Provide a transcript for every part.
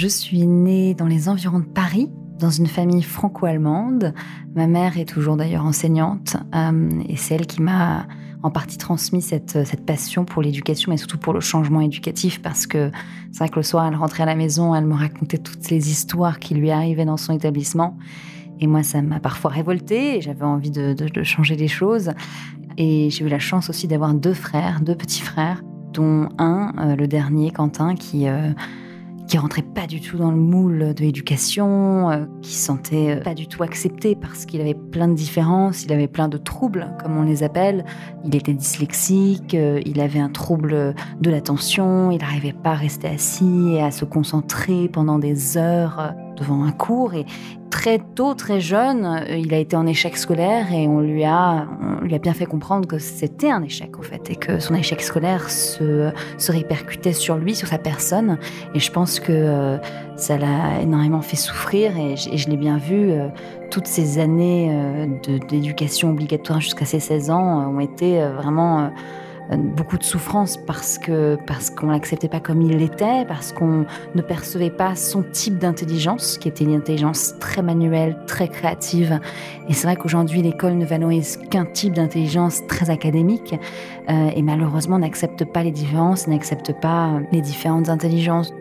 Je suis née dans les environs de Paris, dans une famille franco-allemande. Ma mère est toujours d'ailleurs enseignante et c'est elle qui m'a en partie transmis cette passion pour l'éducation, mais surtout pour le changement éducatif, parce que c'est vrai que le soir, elle rentrait à la maison, elle me racontait toutes les histoires qui lui arrivaient dans son établissement. Et moi, ça m'a parfois révoltée et j'avais envie de changer les choses. Et j'ai eu la chance aussi d'avoir deux petits frères, dont un, le dernier, Quentin, qui rentrait pas du tout dans le moule de l'éducation, qui se sentait pas du tout accepté parce qu'il avait plein de différences, il avait plein de troubles, comme on les appelle. Il était dyslexique, il avait un trouble de l'attention, il n'arrivait pas à rester assis et à se concentrer pendant des heures devant un cours. Et très tôt, très jeune, il a été en échec scolaire et on lui a bien fait comprendre que c'était un échec en fait et que son échec scolaire se répercutait sur lui, sur sa personne. Et je pense que ça l'a énormément fait souffrir et je l'ai bien vu. Toutes ces années d'éducation obligatoire jusqu'à ses 16 ans ont été vraiment beaucoup de souffrance parce qu'on l'acceptait pas comme il l'était, parce qu'on ne percevait pas son type d'intelligence, qui était une intelligence très manuelle, très créative. Et c'est vrai qu'aujourd'hui, l'école ne valorise qu'un type d'intelligence très académique et malheureusement n'accepte pas les différences, n'accepte pas les différentes intelligences.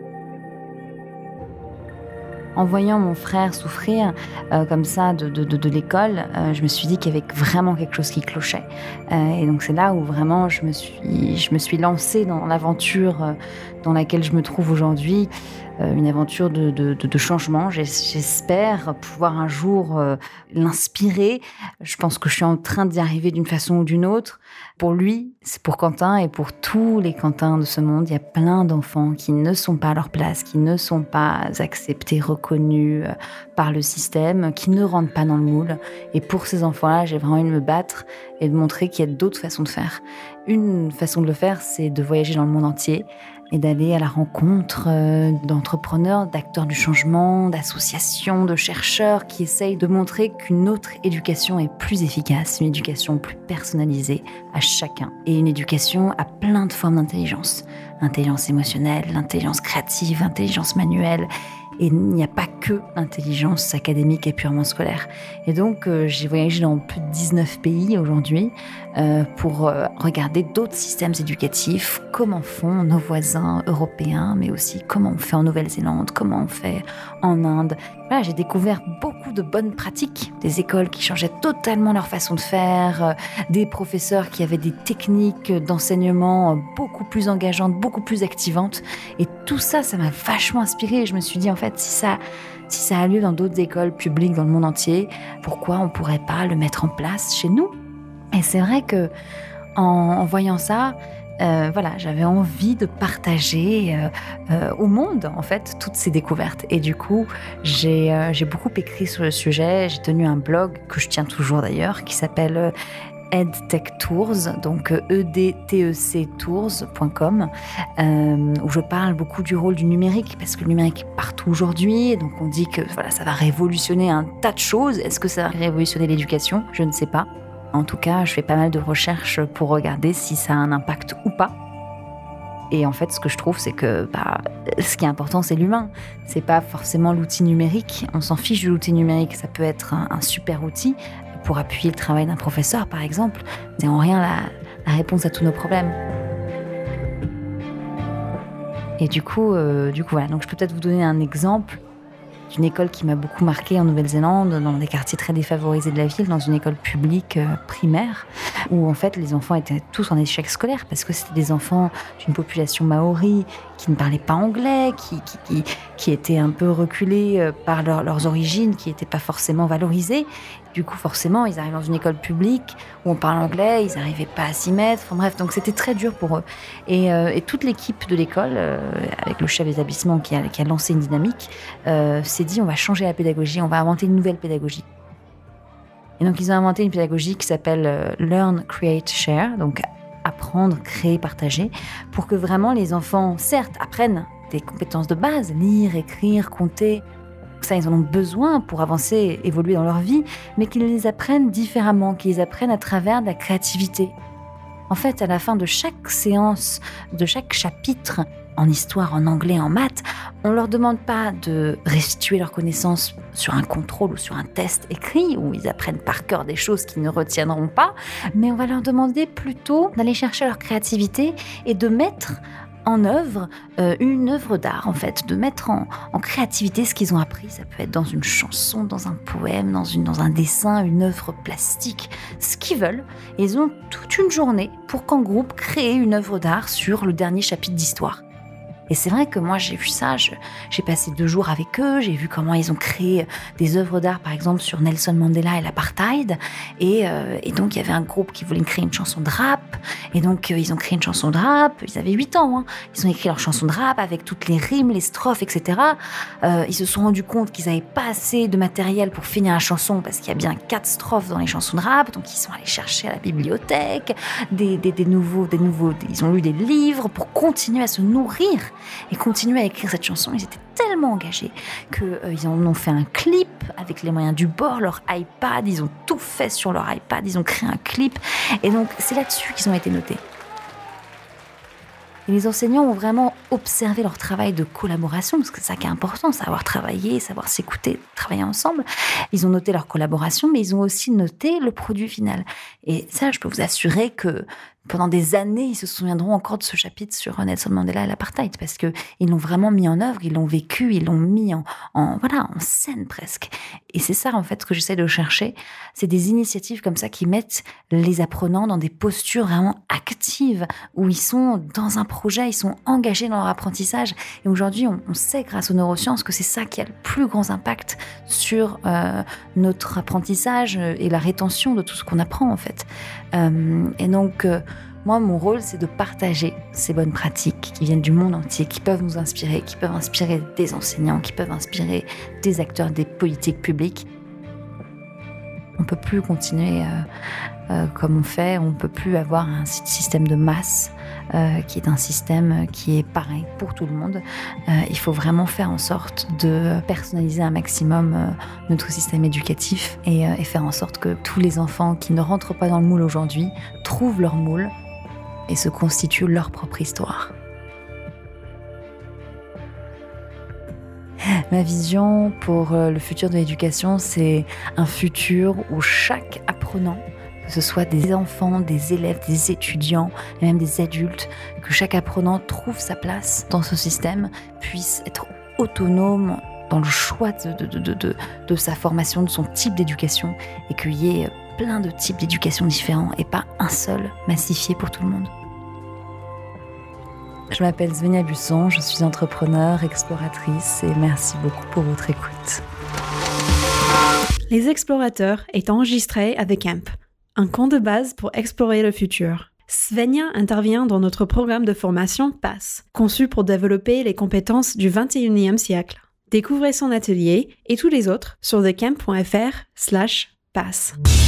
En voyant mon frère souffrir comme ça de l'école, je me suis dit qu'il y avait vraiment quelque chose qui clochait. Et donc c'est là où vraiment je me suis lancée dans l'aventure dans laquelle je me trouve aujourd'hui. Une aventure de changement. J'espère pouvoir un jour l'inspirer. Je pense que je suis en train d'y arriver d'une façon ou d'une autre. Pour lui, c'est pour Quentin et pour tous les Quentins de ce monde, il y a plein d'enfants qui ne sont pas à leur place, qui ne sont pas acceptés, reconnus par le système, qui ne rentrent pas dans le moule. Et pour ces enfants-là, j'ai vraiment envie de me battre et de montrer qu'il y a d'autres façons de faire. Une façon de le faire, c'est de voyager dans le monde entier et d'aller à la rencontre d'entrepreneurs, d'acteurs du changement, d'associations, de chercheurs qui essayent de montrer qu'une autre éducation est plus efficace, une éducation plus personnalisée à chacun. Et une éducation à plein de formes d'intelligence. L'intelligence émotionnelle, l'intelligence créative, l'intelligence manuelle. Et il n'y a pas que l'intelligence académique et purement scolaire. Et donc, j'ai voyagé dans plus de 19 pays aujourd'hui pour regarder d'autres systèmes éducatifs, comment font nos voisins européens, mais aussi comment on fait en Nouvelle-Zélande, comment on fait en Inde. Voilà, j'ai découvert beaucoup de bonnes pratiques, des écoles qui changeaient totalement leur façon de faire, des professeurs qui avaient des techniques d'enseignement beaucoup plus engageantes, beaucoup plus activantes. Et tout ça, ça m'a vachement inspirée. Et je me suis dit, en fait, si ça a lieu dans d'autres écoles publiques dans le monde entier, pourquoi on ne pourrait pas le mettre en place chez nous ? Et c'est vrai que en voyant ça, j'avais envie de partager au monde, en fait, toutes ces découvertes. Et du coup, j'ai beaucoup écrit sur le sujet. J'ai tenu un blog que je tiens toujours d'ailleurs, qui s'appelle EdTech Tours, donc edtectours.com, où je parle beaucoup du rôle du numérique, parce que le numérique est partout aujourd'hui, donc on dit que ça va révolutionner un tas de choses. Est-ce que ça va révolutionner l'éducation ? Je ne sais pas. En tout cas, je fais pas mal de recherches pour regarder si ça a un impact ou pas. Et en fait, ce que je trouve, c'est que ce qui est important, c'est l'humain. C'est pas forcément l'outil numérique. On s'en fiche de l'outil numérique. Ça peut être un super outil pour appuyer le travail d'un professeur, par exemple. C'est en rien la réponse à tous nos problèmes. Et du coup, voilà. Donc, je peux peut-être vous donner un exemple d'une école qui m'a beaucoup marquée en Nouvelle-Zélande, dans des quartiers très défavorisés de la ville, dans une école publique primaire, où en fait les enfants étaient tous en échec scolaire, parce que c'était des enfants d'une population maori qui ne parlaient pas anglais, qui étaient un peu reculés par leurs origines, qui n'étaient pas forcément valorisés. Du coup, forcément, ils arrivent dans une école publique où on parle anglais, ils n'arrivaient pas à s'y mettre. Enfin bref, donc c'était très dur pour eux. Et toute l'équipe de l'école, avec le chef d'établissement qui a lancé une dynamique, s'est dit on va changer la pédagogie, on va inventer une nouvelle pédagogie. Et donc, ils ont inventé une pédagogie qui s'appelle Learn, Create, Share, donc apprendre, créer, partager, pour que vraiment les enfants, certes, apprennent des compétences de base, lire, écrire, compter. Ça, ils en ont besoin pour avancer, évoluer dans leur vie, mais qu'ils les apprennent différemment, qu'ils les apprennent à travers de la créativité. En fait, à la fin de chaque séance, de chaque chapitre, en histoire, en anglais, en maths, on ne leur demande pas de restituer leurs connaissances sur un contrôle ou sur un test écrit où ils apprennent par cœur des choses qu'ils ne retiendront pas, mais on va leur demander plutôt d'aller chercher leur créativité et de mettre en œuvre une œuvre d'art, en fait, de mettre en créativité ce qu'ils ont appris. Ça peut être dans une chanson, dans un poème, dans un dessin, une œuvre plastique, ce qu'ils veulent. Et ils ont toute une journée pour qu'en groupe, créer une œuvre d'art sur le dernier chapitre d'histoire. Et c'est vrai que moi, j'ai vu ça, j'ai passé 2 jours avec eux, j'ai vu comment ils ont créé des œuvres d'art, par exemple, sur Nelson Mandela et l'apartheid. Et donc, il y avait un groupe qui voulait créer une chanson de rap. Et donc, ils ont créé une chanson de rap. Ils avaient 8 ans. Hein. Ils ont écrit leur chanson de rap avec toutes les rimes, les strophes, etc. Ils se sont rendus compte qu'ils n'avaient pas assez de matériel pour finir la chanson parce qu'il y a bien 4 strophes dans les chansons de rap. Donc, ils sont allés chercher à la bibliothèque des nouveaux. Ils ont lu des livres pour continuer à se nourrir et continuer à écrire cette chanson. Ils étaient tellement engagés qu'ils en ont fait un clip avec les moyens du bord, leur iPad, ils ont tout fait sur leur iPad, ils ont créé un clip. Et donc, c'est là-dessus qu'ils ont été notés. Et les enseignants ont vraiment observé leur travail de collaboration, parce que c'est ça qui est important, savoir travailler, savoir s'écouter, travailler ensemble. Ils ont noté leur collaboration, mais ils ont aussi noté le produit final. Et ça, je peux vous assurer que pendant des années, ils se souviendront encore de ce chapitre sur Nelson Mandela et l'apartheid, parce que ils l'ont vraiment mis en œuvre, ils l'ont vécu, ils l'ont mis en scène presque. Et c'est ça, en fait, ce que j'essaie de chercher. C'est des initiatives comme ça qui mettent les apprenants dans des postures vraiment actives, où ils sont dans un projet, ils sont engagés dans leur apprentissage. Et aujourd'hui, on sait, grâce aux neurosciences, que c'est ça qui a le plus grand impact sur notre apprentissage et la rétention de tout ce qu'on apprend, en fait. Et donc, moi, mon rôle, c'est de partager ces bonnes pratiques qui viennent du monde entier, qui peuvent nous inspirer, qui peuvent inspirer des enseignants, qui peuvent inspirer des acteurs des politiques publiques. On ne peut plus continuer comme on fait, on ne peut plus avoir un système de masse qui est un système qui est pareil pour tout le monde. Il faut vraiment faire en sorte de personnaliser un maximum notre système éducatif et faire en sorte que tous les enfants qui ne rentrent pas dans le moule aujourd'hui trouvent leur moule et se constituent leur propre histoire. Ma vision pour le futur de l'éducation, c'est un futur où chaque apprenant, que ce soit des enfants, des élèves, des étudiants, et même des adultes, que chaque apprenant trouve sa place dans ce système, puisse être autonome dans le choix de sa formation, de son type d'éducation, et qu'il y ait plein de types d'éducation différents et pas un seul massifié pour tout le monde. Je m'appelle Svenia Busson, je suis entrepreneure, exploratrice et merci beaucoup pour votre écoute. Les Explorateurs est enregistré avec AMP, un camp de base pour explorer le futur. Svenia intervient dans notre programme de formation PASS, conçu pour développer les compétences du 21e siècle. Découvrez son atelier et tous les autres sur thecamp.fr/PASS.